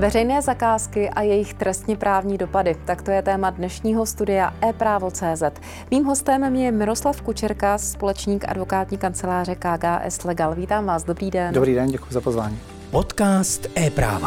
Veřejné zakázky a jejich trestně právní dopady. Tak to je téma dnešního studia ePrávo.cz. Mým hostem je Miroslav Kučerka, společník advokátní kanceláře KGS Legal. Vítám vás, dobrý den. Dobrý den, děkuji za pozvání. Podcast ePráva.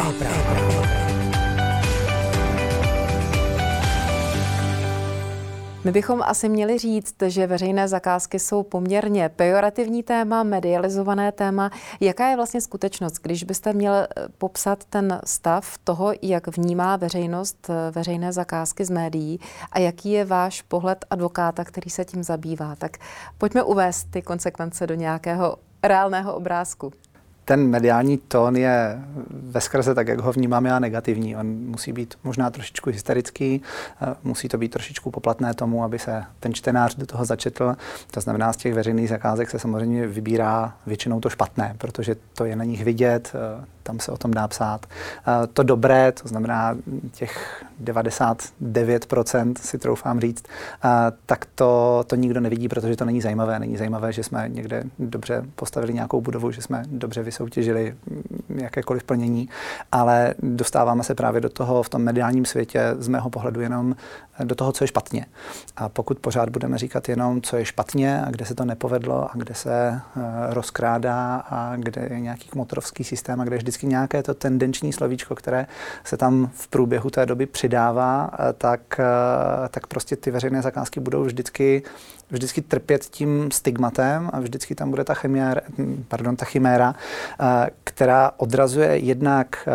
My bychom asi měli říct, že veřejné zakázky jsou poměrně pejorativní téma, medializované téma. Jaká je vlastně skutečnost, když byste měl popsat ten stav toho, jak vnímá veřejnost veřejné zakázky z médií a jaký je váš pohled advokáta, který se tím zabývá? Tak pojďme uvést ty konsekvence do nějakého reálného obrázku. Ten mediální tón je veskrze tak, jak ho vnímám já, negativní. On musí být možná trošičku hysterický, musí to být trošičku poplatné tomu, aby se ten čtenář do toho začetl. To znamená, z těch veřejných zakázek se samozřejmě vybírá většinou to špatné, protože to je na nich vidět, tam se o tom dá psát. To dobré, to znamená těch 99% si troufám říct, tak to nikdo nevidí, protože to není zajímavé. Není zajímavé, že jsme někde dobře postavili nějakou budovu, že jsme dobře vysoutěžili jakékoliv plnění, ale dostáváme se právě do toho v tom mediálním světě z mého pohledu jenom do toho, co je špatně. A pokud pořád budeme říkat jenom, co je špatně a kde se to nepovedlo a kde se rozkrádá a kde je nějaký kmotrovský systém a kde je vždycky nějaké to tendenční slovíčko, které se tam v průběhu té doby přidává, tak prostě ty veřejné zakázky budou vždycky trpět tím stigmatem a vždycky tam bude ta chiméra, která odrazuje jednak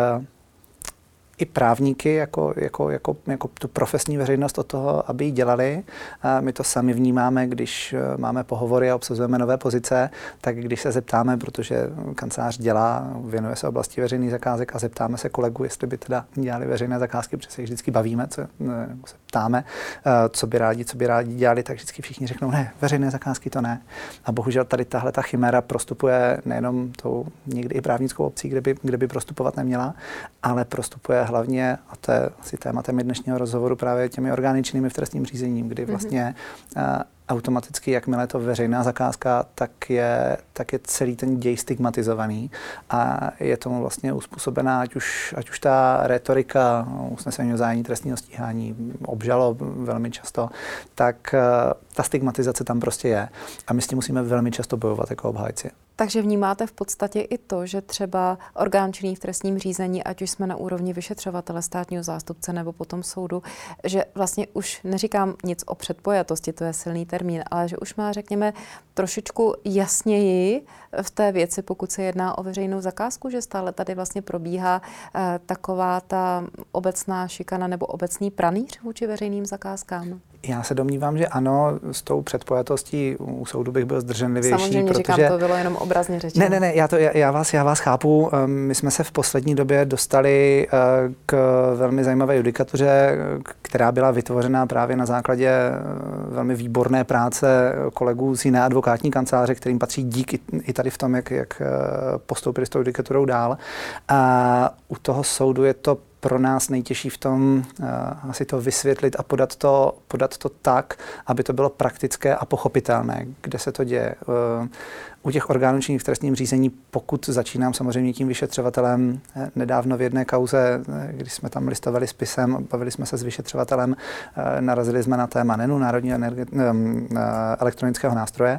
i právníky jako tu profesní veřejnost od toho, aby ji dělali. My to sami vnímáme, když máme pohovory a obsazujeme nové pozice, tak když se zeptáme, protože kancelář věnuje se oblasti veřejných zakázek a zeptáme se kolegů, jestli by teda dělali veřejné zakázky, protože se jich vždycky bavíme, se ptáme, co by rádi dělali, tak vždycky všichni řeknou, ne, veřejné zakázky to ne. A bohužel tady tahle ta chiméra prostupuje nejenom tou někdy i právnickou obcí, kde by prostupovat neměla, ale prostupuje hlavně, a to je asi tématem dnešního rozhovoru, právě těmi orgány činnými v trestním řízení, kdy vlastně automaticky, jakmile to veřejná zakázka, tak je celý ten děj stigmatizovaný a je tomu vlastně uspůsobená, ať už ta retorika, usnesení o zahájení trestního stíhání, obžalob velmi často, tak ta stigmatizace tam prostě je. A my s tím musíme velmi často bojovat jako obhájci. Takže vnímáte v podstatě i to, že třeba orgán činný v trestním řízení, ať už jsme na úrovni vyšetřovatele, státního zástupce nebo potom soudu, že vlastně už neříkám nic o předpojatosti, to je silný termín, ale že už má, řekněme, trošičku jasněji v té věci, pokud se jedná o veřejnou zakázku, že stále tady vlastně probíhá taková ta obecná šikana nebo obecný pranýř vůči veřejným zakázkám. Já se domnívám, že ano, s tou předpojatostí u soudu bych byl zdrženlivější. Samozřejmě protože říkám, to bylo jenom obrazně řečeno. Ne, já vás chápu. My jsme se v poslední době dostali k velmi zajímavé judikatuře, která byla vytvořena právě na základě velmi výborné práce kolegů z jiné advokátní kanceláře, kterým patří dík i tady v tom, jak postoupili s tou judikaturou dál. A u toho soudu je to pro nás nejtěžší v tom asi to vysvětlit a podat to tak, aby to bylo praktické a pochopitelné, kde se to děje. U těch orgánů činných v trestním řízení, pokud začínám samozřejmě tím vyšetřovatelem, nedávno v jedné kauze, když jsme tam listovali spisem, bavili jsme se s vyšetřovatelem, narazili jsme na téma NENu, Národního elektronického nástroje,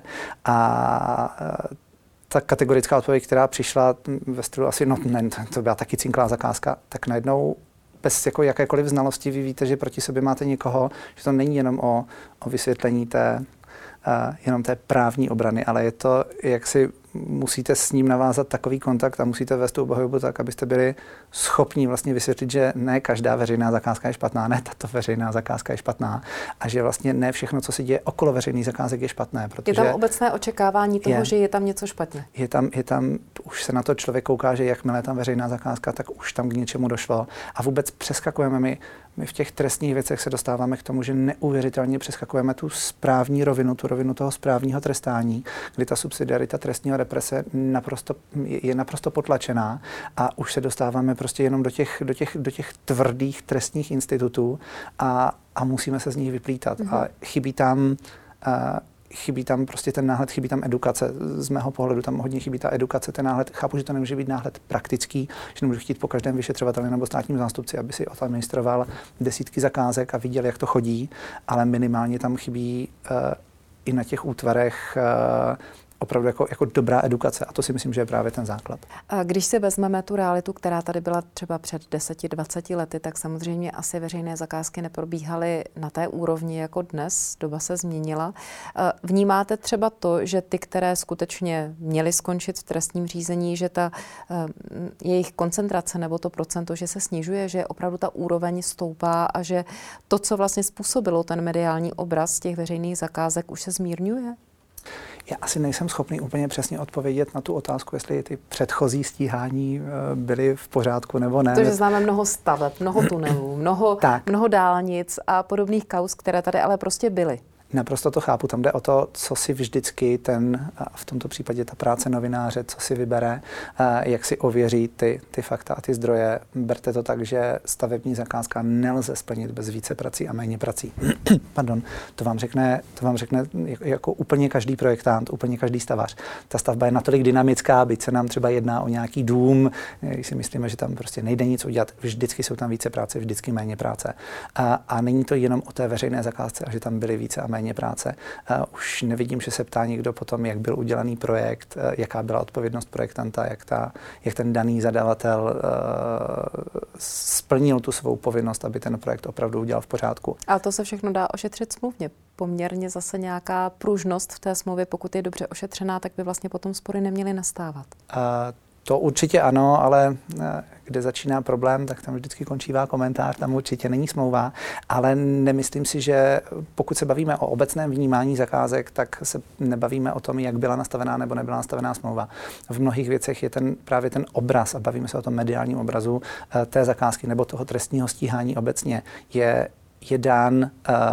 a ta kategorická odpověď, která přišla ve stylu asi, to byla taky cinklá zakázka, tak najednou bez jakékoliv znalosti vy víte, že proti sobě máte někoho, že to není jenom o vysvětlení jenom té právní obrany, ale je to, jak si musíte s ním navázat takový kontakt a musíte vést tu obhajobu tak, abyste byli schopni vlastně vysvětlit, že ne každá veřejná zakázka je špatná, ne tato veřejná zakázka je špatná a že vlastně ne všechno, co se děje okolo veřejných zakázek, je špatné. Protože je tam obecné očekávání toho, že je tam něco špatně. Je tam, už se na to člověk kouká, že jakmile je tam veřejná zakázka, tak už tam k něčemu došlo a vůbec přeskakujeme my v těch trestních věcech se dostáváme k tomu, že neuvěřitelně přeskakujeme tu správní rovinu, tu rovinu toho správního trestání, kdy ta subsidiarita trestního represe je naprosto potlačená a už se dostáváme prostě jenom do těch tvrdých trestních institutů a musíme se z nich vyplítat. A chybí tam prostě ten náhled, chybí tam edukace. Z mého pohledu tam hodně chybí ta edukace, ten náhled. Chápu, že to nemůže být náhled praktický, že nemůžu chtít po každém vyšetřovateli nebo státním zástupci, aby si administroval desítky zakázek a viděl, jak to chodí, ale minimálně tam chybí i na těch útvarech opravdu jako dobrá edukace a to si myslím, že je právě ten základ. A když si vezmeme tu realitu, která tady byla třeba před 10-20 lety, tak samozřejmě asi veřejné zakázky neprobíhaly na té úrovni jako dnes, doba se změnila. Vnímáte třeba to, že ty, které skutečně měly skončit v trestním řízení, že ta jejich koncentrace nebo to procento, že se snižuje, že opravdu ta úroveň stoupá a že to, co vlastně způsobilo ten mediální obraz těch veřejných zakázek, už se zmírňuje? Já asi nejsem schopný úplně přesně odpovědět na tu otázku, jestli ty předchozí stíhání byly v pořádku nebo ne. Protože známe mnoho staveb, mnoho tunelů, mnoho dálnic a podobných kauz, které tady ale prostě byly. Naprosto to chápu. Tam jde o to, co si vždycky v tomto případě ta práce novináře, co si vybere, jak si ověří ty fakta a ty zdroje. Berte to tak, že stavební zakázka nelze splnit bez více prací a méně prací. Pardon. To vám řekne jako úplně každý projektant, úplně každý stavař. Ta stavba je natolik dynamická, byť se nám třeba jedná o nějaký dům, když si myslíme, že tam prostě nejde nic udělat, vždycky jsou tam více práce, vždycky méně práce. A není to jenom o té veřejné zakázce, a že tam byly více a méně práce. Už nevidím, že se ptá někdo potom, jak byl udělaný projekt, jaká byla odpovědnost projektanta, jak ten daný zadavatel splnil tu svou povinnost, aby ten projekt opravdu udělal v pořádku. Ale to se všechno dá ošetřit smluvně. Poměrně zase nějaká pružnost v té smlouvě, pokud je dobře ošetřená, tak by vlastně potom spory neměly nastávat. To určitě ano, ale kde začíná problém, tak tam vždycky končívá komentář, tam určitě není smlouva, ale nemyslím si, že pokud se bavíme o obecném vnímání zakázek, tak se nebavíme o tom, jak byla nastavená nebo nebyla nastavená smlouva. V mnohých věcech je právě ten obraz, a bavíme se o tom mediálním obrazu té zakázky nebo toho trestního stíhání obecně, je dán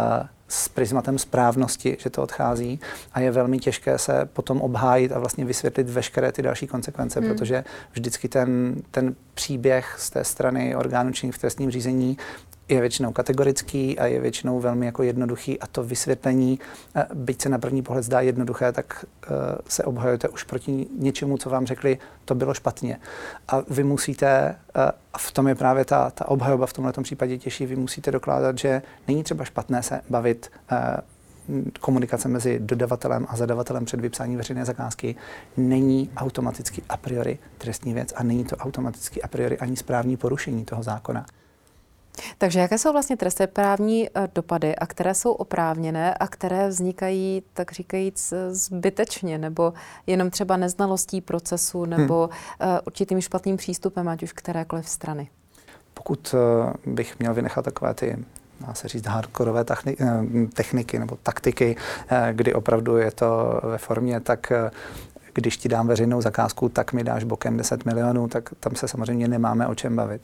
s prismatem správnosti, že to odchází a je velmi těžké se potom obhájit a vlastně vysvětlit veškeré ty další konsekvence, protože vždycky ten příběh z té strany orgánů činných v trestním řízení je většinou kategorický a je většinou velmi jako jednoduchý a to vysvětlení, byť se na první pohled zdá jednoduché, tak se obhajujete už proti něčemu, co vám řekli, to bylo špatně. A vy musíte, a v tom je právě ta obhajoba v tomhletom případě těžší, vy musíte dokládat, že není třeba špatné se bavit komunikace mezi dodavatelem a zadavatelem před vypsáním veřejné zakázky není automaticky a priori trestní věc a není to automaticky a priori ani správní porušení toho zákona. Takže jaké jsou vlastně trestněprávní dopady a které jsou oprávněné a které vznikají, tak říkajíc, zbytečně nebo jenom třeba neznalostí procesu nebo určitým špatným přístupem, ať už kterékoliv strany? Pokud bych měl vynechat takové ty, dá se říct, hardkorové techniky nebo taktiky, kdy opravdu je to ve formě, tak když ti dám veřejnou zakázku, tak mi dáš bokem 10 milionů, tak tam se samozřejmě nemáme o čem bavit.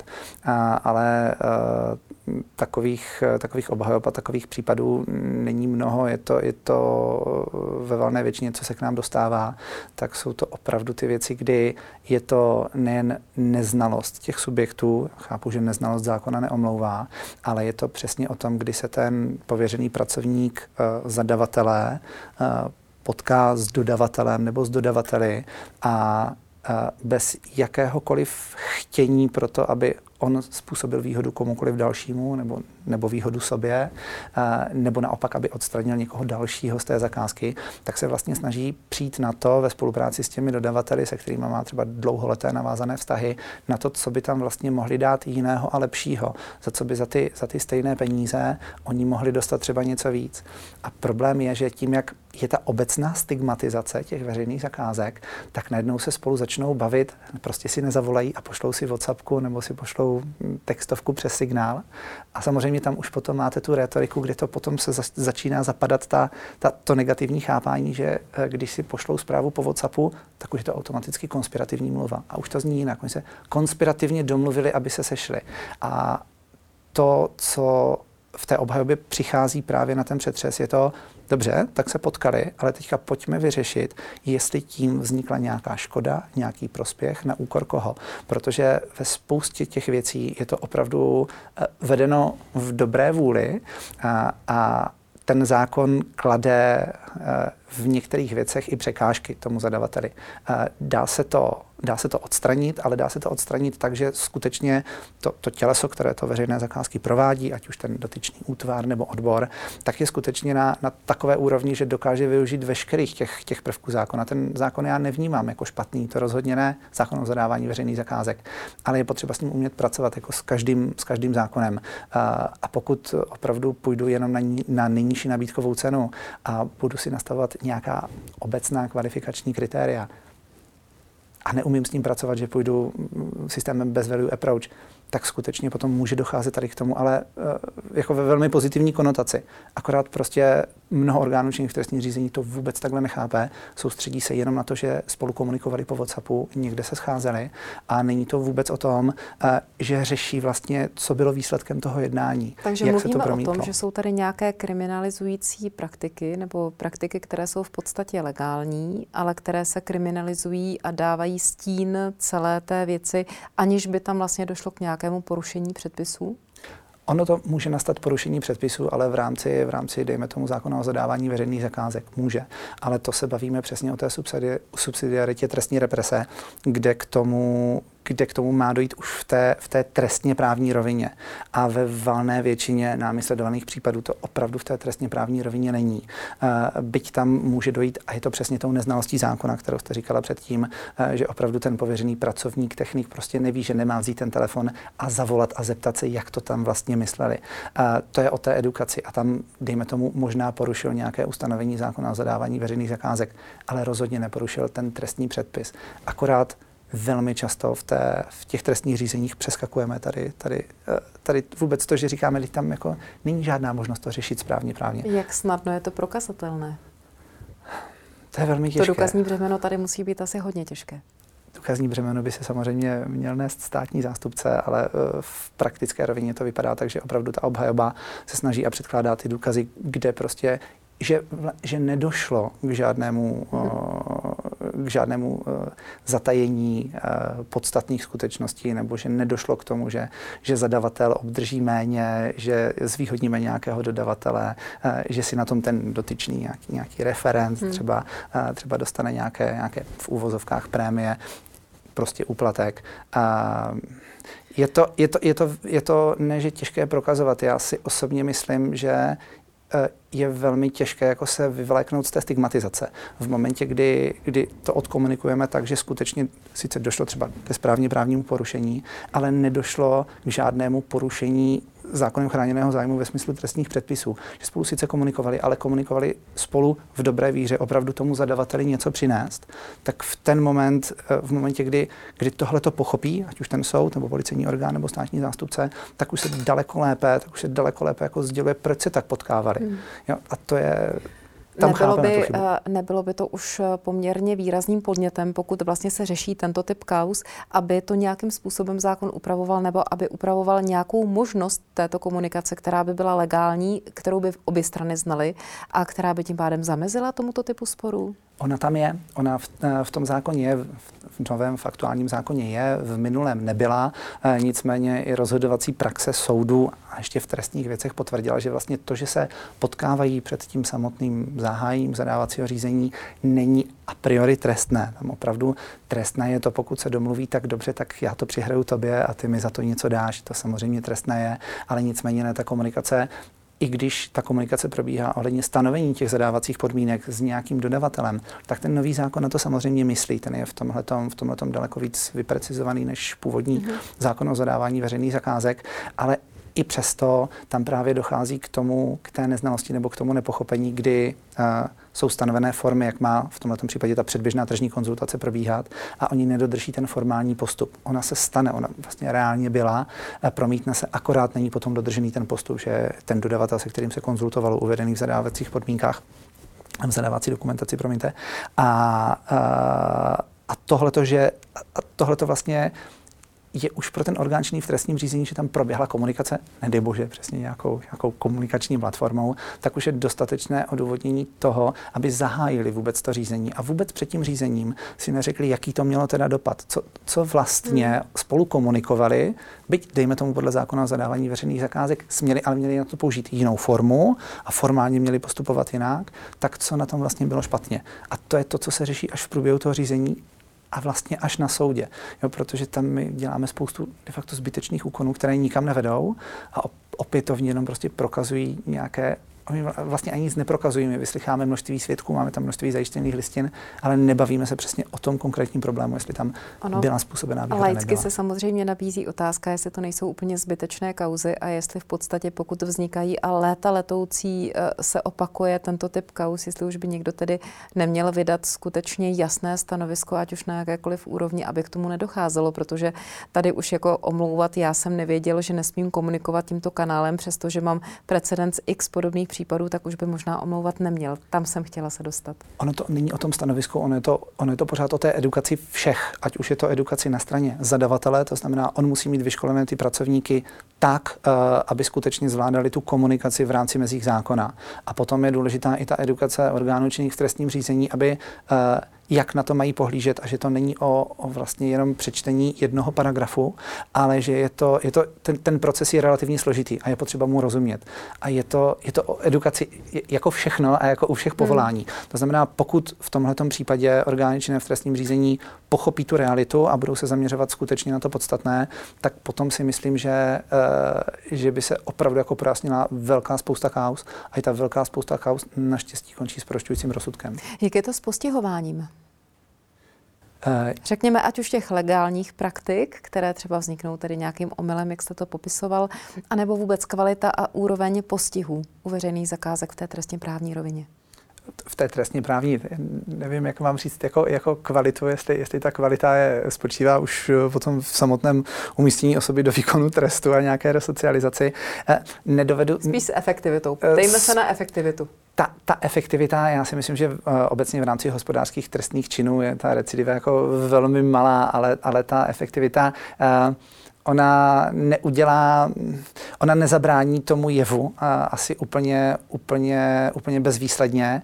Ale takových obhajob a takových případů není mnoho, je to ve valné většině, co se k nám dostává, tak jsou to opravdu ty věci, kdy je to nejen neznalost těch subjektů, chápu, že neznalost zákona neomlouvá, ale je to přesně o tom, kdy se ten pověřený pracovník zadavatele potká s dodavatelem nebo s dodavateli a bez jakéhokoliv chtění pro to, aby on způsobil výhodu komukoliv dalšímu nebo výhodu sobě, nebo naopak, aby odstranil někoho dalšího z té zakázky, tak se vlastně snaží přijít na to ve spolupráci s těmi dodavateli, se kterými má třeba dlouholeté navázané vztahy, na to, co by tam vlastně mohli dát jiného a lepšího, za co by za ty stejné peníze oni mohli dostat třeba něco víc. A problém je, že tím, jak je ta obecná stigmatizace těch veřejných zakázek, tak najednou se spolu začnou bavit, prostě si nezavolají a pošlou si WhatsAppku nebo si pošlou textovku přes signál. A samozřejmě tam už potom máte tu rétoriku, kde to potom se začíná zapadat to negativní chápání, že když si pošlou zprávu po WhatsAppu, tak už je to automaticky konspirativní mluva. A už to zní jinak. Oni se konspirativně domluvili, aby se sešli. A to, co v té obhajobě přichází právě na ten přetřes, je to, dobře, tak se potkali, ale teďka pojďme vyřešit, jestli tím vznikla nějaká škoda, nějaký prospěch, na úkor koho. Protože ve spoustě těch věcí je to opravdu vedeno v dobré vůli a ten zákon klade v některých věcech i překážky tomu zadavateli. Dá se to odstranit, ale dá se to odstranit tak, že skutečně to těleso, které to veřejné zakázky provádí, ať už ten dotyčný útvar nebo odbor, tak je skutečně na takové úrovni, že dokáže využít veškerých těch prvků zákona. Ten zákon já nevnímám jako špatný, to rozhodně ne, zákon o zadávání veřejných zakázek, ale je potřeba s ním umět pracovat jako s každým zákonem. A pokud opravdu půjdu jenom na nejnižší nabídkovou cenu a budu si nastavovat nějaká obecná kvalifikační kritéria a neumím s ním pracovat, že půjdu systémem best value approach, tak skutečně potom může docházet tady k tomu, ale jako ve velmi pozitivní konotaci. Akorát prostě mnoho orgánů činných v trestním řízení to vůbec takhle nechápe. Soustředí se jenom na to, že spolu komunikovali po WhatsAppu, někde se scházeli a není to vůbec o tom, že řeší vlastně, co bylo výsledkem toho jednání. Takže jak mluvíme se to promítlo. o tom, že jsou tady nějaké kriminalizující praktiky nebo praktiky, které jsou v podstatě legální, ale které se kriminalizují a dávají stín celé té věci, aniž by tam vlastně došlo k nějakému porušení předpisů? Ono to může nastat porušení předpisů, ale v rámci, dejme tomu, zákona o zadávání veřejných zakázek může. Ale to se bavíme přesně o té subsidiaritě trestní represe, kde k tomu má dojít už v té trestně právní rovině. A ve valné většině námi sledovaných případů to opravdu v té trestně právní rovině není. Byť tam může dojít, a je to přesně tou neznalostí zákona, kterou jste říkala předtím, že opravdu ten pověřený pracovník, technik prostě neví, že nemá vzít ten telefon a zavolat a zeptat se, jak to tam vlastně mysleli. To je o té edukaci a tam, dejme tomu, možná porušil nějaké ustanovení zákona o zadávání veřejných zakázek, ale rozhodně neporušil ten trestní předpis. Akorát velmi často v těch trestních řízeních přeskakujeme tady vůbec to, že říkáme, že tam jako není žádná možnost to řešit správně právně. Jak snadno je to prokazatelné? To je velmi těžké. To důkazní břemeno tady musí být asi hodně těžké. Důkazní břemeno by se samozřejmě měl nést státní zástupce, ale v praktické rovině to vypadá tak, že opravdu ta obhajoba se snaží a předkládá ty důkazy, kde prostě že nedošlo k žádnému zatajení podstatných skutečností, nebo že nedošlo k tomu, že zadavatel obdrží méně, že zvýhodníme nějakého dodavatele, že si na tom ten dotyčný nějaký referent třeba dostane nějaké v úvozovkách prémie, prostě úplatek. Je to ne, že těžké prokazovat. Já si osobně myslím, že je velmi těžké jako se vyvléknout z té stigmatizace. V momentě, kdy to odkomunikujeme tak, že skutečně sice došlo třeba ke správně právnímu porušení, ale nedošlo k žádnému porušení zákonem chráněného zájmu ve smyslu trestních předpisů. Že spolu sice komunikovali, ale komunikovali spolu v dobré víře opravdu tomu zadavateli něco přinést, tak v ten moment, v momentě, kdy tohle to pochopí, ať už ten soud, nebo policejní orgán, nebo státní zástupce, tak už se daleko lépe jako sděluje, proč se tak potkávali. Jo, a to je... Nebylo by to už poměrně výrazným podnětem, pokud vlastně se řeší tento typ kauz, aby to nějakým způsobem zákon upravoval nebo aby upravoval nějakou možnost této komunikace, která by byla legální, kterou by obě strany znaly a která by tím pádem zamezila tomuto typu sporů? Ona tam je, ona v tom zákoně je, v novém aktuálním zákoně je, v minulém nebyla, nicméně i rozhodovací praxe soudu a ještě v trestních věcech potvrdila, že vlastně to, že se potkávají před tím samotným zahájením zadávacího řízení, není a priori trestné. Tam opravdu trestné je to, pokud se domluví tak dobře, tak já to přihraju tobě a ty mi za to něco dáš. To samozřejmě trestné je, ale nicméně ne ta komunikace. I když ta komunikace probíhá ohledně stanovení těch zadávacích podmínek s nějakým dodavatelem, tak ten nový zákon na to samozřejmě myslí. Ten je v tomhletom daleko víc vyprecizovaný než původní zákon o zadávání veřejných zakázek, ale i přesto tam právě dochází k té neznalosti nebo k tomu nepochopení, kdy jsou stanovené formy, jak má v tomto případě ta předběžná tržní konzultace probíhat a oni nedodrží ten formální postup. Ona se stane, ona vlastně reálně byla, promítne se, akorát není potom dodržený ten postup, že ten dodavatel, se kterým se konzultovalo, uvedený v zadávacích podmínkách, v zadávací dokumentaci, promiňte. A tohleto vlastně je už pro ten orgán činný v trestním řízení, že tam proběhla komunikace, nedej bože, přesně nějakou komunikační platformou, tak už je dostatečné odůvodnění toho, aby zahájili vůbec to řízení. A vůbec před tím řízením si neřekli, jaký to mělo teda dopad, co vlastně spolu komunikovali, byť dejme tomu podle zákona o zadávání veřejných zakázek, ale měli na to použít jinou formu a formálně měli postupovat jinak, tak co na tom vlastně bylo špatně. A to je to, co se řeší až v průběhu toho řízení a vlastně až na soudě. Jo, protože tam my děláme spoustu de facto zbytečných úkonů, které nikam nevedou a opětovně jenom prostě prokazují nějaké. My vlastně ani nic neprokazují, my vyslycháme množství svědků, máme tam množství zajištěných listin, ale nebavíme se přesně o tom konkrétním problému, jestli tam byla způsobená výhoda. Laicky se samozřejmě nabízí otázka, jestli to nejsou úplně zbytečné kauzy a jestli v podstatě, pokud vznikají a léta letoucí se opakuje tento typ kauz, jestli už by někdo tedy neměl vydat skutečně jasné stanovisko, ať už na jakékoliv úrovni, aby k tomu nedocházelo, protože tady už jako omlouvat, já jsem nevěděl, že nesmím komunikovat tímto kanálem, přestože mám precedens x podobných případů, tak už by možná omlouvat neměl. Tam jsem chtěla se dostat. Ono to není o tom stanovisku, ono je to pořád o té edukaci všech, ať už je to edukaci na straně zadavatele, to znamená, on musí mít vyškolené ty pracovníky tak, aby skutečně zvládali tu komunikaci v rámci mezích zákona. A potom je důležitá i ta edukace orgánů činných v trestním řízení, aby jak na to mají pohlížet a že to není o vlastně jenom přečtení jednoho paragrafu, ale že ten proces je relativně složitý a je potřeba mu rozumět. A je to o edukaci jako všechno a jako u všech povolání. To znamená, pokud v tomhletom případě orgány činné v trestním řízení pochopí tu realitu a budou se zaměřovat skutečně na to podstatné, tak potom si myslím, že by se opravdu jako projasnila velká spousta kauz a i ta velká spousta kauz naštěstí končí s prošťujícím rozsudkem. Jak je to s postihováním? Řekněme, ať už těch legálních praktik, které třeba vzniknou tedy nějakým omylem, jak jste to popisoval, anebo vůbec kvalita a úroveň postihů u veřejných zakázek v té trestně právní rovině? V té trestně právní, nevím, jak vám říct, jako kvalitu, jestli ta kvalita spočívá už potom v samotném umístění osoby do výkonu trestu a nějaké resocializaci. Nedovedu... Spíš s efektivitou. Dejme se na efektivitu. Ta efektivita, já si myslím, že obecně v rámci hospodářských trestných činů je ta recidiva jako velmi malá, ale ta efektivita... Ona nezabrání tomu jevu asi úplně bezvýsledně.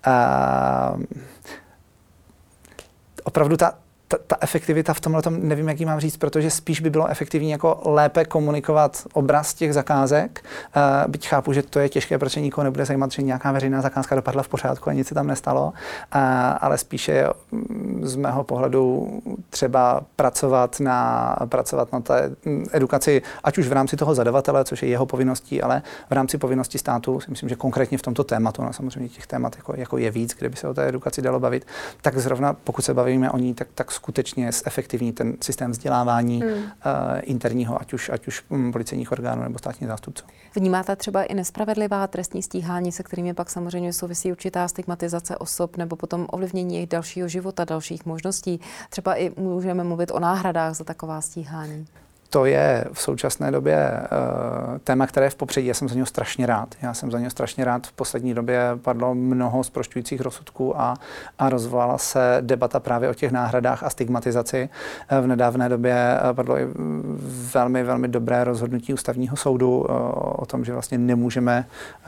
Opravdu ta efektivita v tomhletom, nevím, jak ji mám říct, protože spíš by bylo efektivní jako lépe komunikovat obraz těch zakázek. Byť chápu, že to je těžké, protože nikoho nebude zajímat, že nějaká veřejná zakázka dopadla v pořádku a nic se tam nestalo, ale spíše je z mého pohledu třeba pracovat na té edukaci, ať už v rámci toho zadavatele, což je jeho povinností, ale v rámci povinnosti státu, si myslím, že konkrétně v tomto tématu, no samozřejmě těch témat jako je víc, kde by se o té edukaci dalo bavit, tak zrovna pokud se bavíme o ní, tak skutečně zefektivní ten systém vzdělávání interního, ať už policejních orgánů nebo státních zástupců. Vnímáte třeba i nespravedlivá trestní stíhání, se kterými pak samozřejmě souvisí určitá stigmatizace osob nebo potom ovlivnění jejich dalšího života, dalších možností? Třeba i můžeme mluvit o náhradách za taková stíhání. To je v současné době téma, které je v popředí. Já jsem za něho strašně rád. V poslední době padlo mnoho zprošťujících rozsudků a rozvolala se debata právě o těch náhradách a stigmatizaci. V nedávné době padlo i velmi, velmi dobré rozhodnutí Ústavního soudu o tom, že vlastně nemůžeme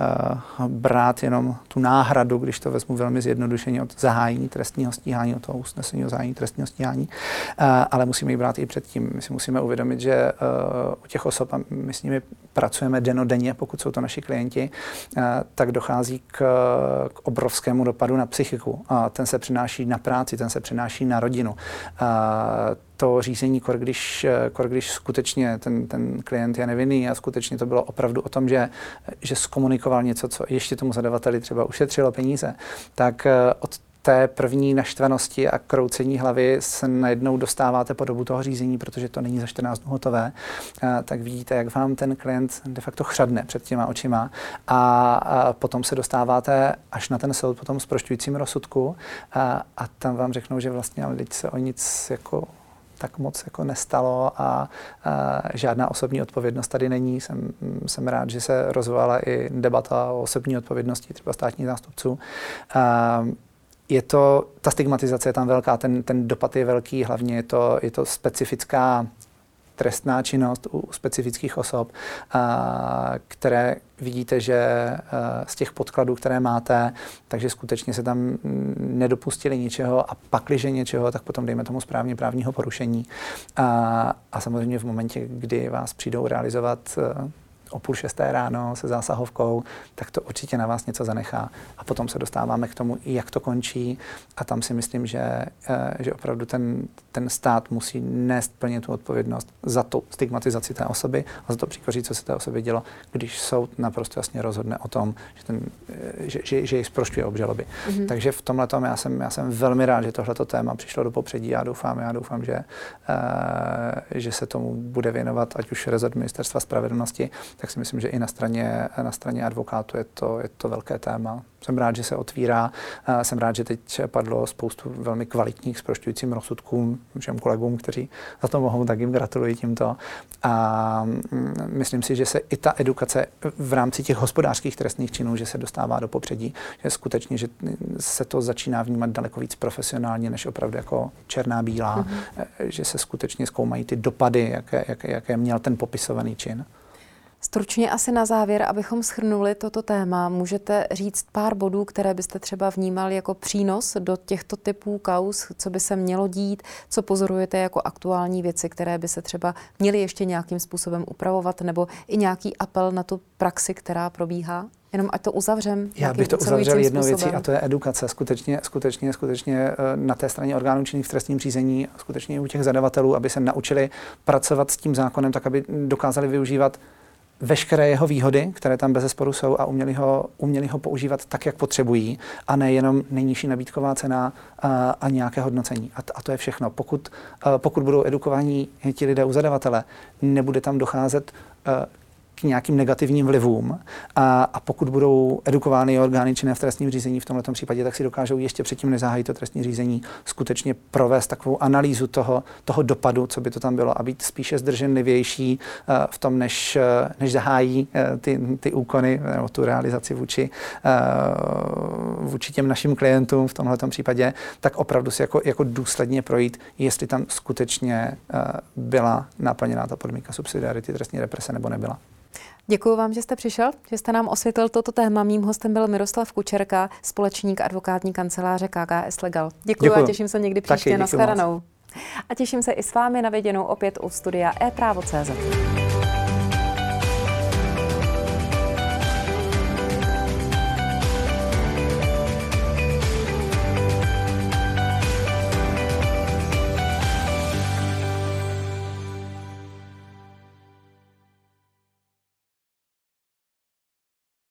brát jenom tu náhradu, když to vezmu velmi zjednodušeně, od zahájení trestního stíhání, od toho usnesení o zahájení trestního stíhání, ale musíme ji brát i předtím. My si musíme uvědomit, že u těch osob, a my s nimi pracujeme dennodenně, pokud jsou to naši klienti, tak dochází k obrovskému dopadu na psychiku. Ten se přináší na práci, ten se přináší na rodinu. To řízení, když skutečně ten klient je nevinný a skutečně to bylo opravdu o tom, že zkomunikoval něco, co ještě tomu zadavateli třeba ušetřilo peníze, tak od té první naštvanosti a kroucení hlavy se najednou dostáváte po dobu toho řízení, protože to není za 14 dnů hotové, tak vidíte, jak vám ten klient de facto chřadne před těma očima a potom se dostáváte až na ten soud potom s zprošťujícím rozsudku a tam vám řeknou, že vlastně ale teď se o nic jako tak moc jako nestalo a žádná osobní odpovědnost tady není. Jsem rád, že se rozvolala i debata o osobní odpovědnosti třeba státních zástupců. Ta stigmatizace je tam velká, ten dopad je velký, hlavně je to specifická trestná činnost u specifických osob, které vidíte, že z těch podkladů, které máte, takže skutečně se tam nedopustili ničeho a pakliže něčeho, tak potom dejme tomu správně právního porušení. A samozřejmě v momentě, kdy vás přijdou realizovat o 5:30 ráno se zásahovkou, tak to určitě na vás něco zanechá. A potom se dostáváme k tomu, jak to končí. A tam si myslím, že opravdu ten stát musí nést plně tu odpovědnost za tu stigmatizaci té osoby a za to příkoří, co se té osobě dělo, když soud naprosto jasně rozhodne o tom, že jej zprošťuje obžaloby. Takže v tomhletom já jsem velmi rád, že tohleto téma přišlo do popředí. Já doufám, že se tomu bude věnovat ať už rezort Ministerstva spravedlnosti, tak si myslím, že i na straně advokátů je to velké téma. Jsem rád, že se otvírá. Jsem rád, že teď padlo spoustu velmi kvalitních zprošťujícím rozsudkům všem kolegům, kteří za to mohou, tak jim gratuluji tímto. A myslím si, že se i ta edukace v rámci těch hospodářských trestných činů, že se dostává do popředí, že skutečně, že se to začíná vnímat daleko víc profesionálně, než opravdu jako černá bílá, že se skutečně zkoumají ty dopady, jaké měl ten popisovaný čin. Stručně asi na závěr, abychom shrnuli toto téma, můžete říct pár bodů, které byste třeba vnímal jako přínos do těchto typů kauz, co by se mělo dít, co pozorujete jako aktuální věci, které by se třeba měly ještě nějakým způsobem upravovat, nebo i nějaký apel na tu praxi, která probíhá? Jenom ať to uzavřem. Já bych to uzavřel jednou věcí a to je edukace. Skutečně na té straně orgánů činných v trestním řízení, skutečně u těch zadavatelů, aby se naučili pracovat s tím zákonem, tak aby dokázali využívat veškeré jeho výhody, které tam bezesporu jsou a uměli ho používat tak, jak potřebují a ne jenom nejnižší nabídková cena a nějaké hodnocení. A to je všechno. Pokud budou edukováni ti lidé u zadavatele, nebude tam docházet k nějakým negativním vlivům a pokud budou edukovány orgány činné v trestním řízení v tomto případě, tak si dokážou ještě předtím, než zahájí to trestní řízení, skutečně provést takovou analýzu toho dopadu, co by to tam bylo a být spíše zdrženlivější v tom, než zahájí ty úkony nebo tu realizaci vůči těm našim klientům v tomto případě, tak opravdu si jako důsledně projít, jestli tam skutečně byla naplněná ta podmínka subsidiarity trestní represe nebo nebyla. Děkuji vám, že jste přišel, že jste nám osvětlil toto téma. Mým hostem byl Miroslav Kučerka, společník advokátní kanceláře KKS Legal. Děkuji a těším se někdy příště. Nashledanou. A těším se i s vámi na viděnou opět u studia ePrávo.cz.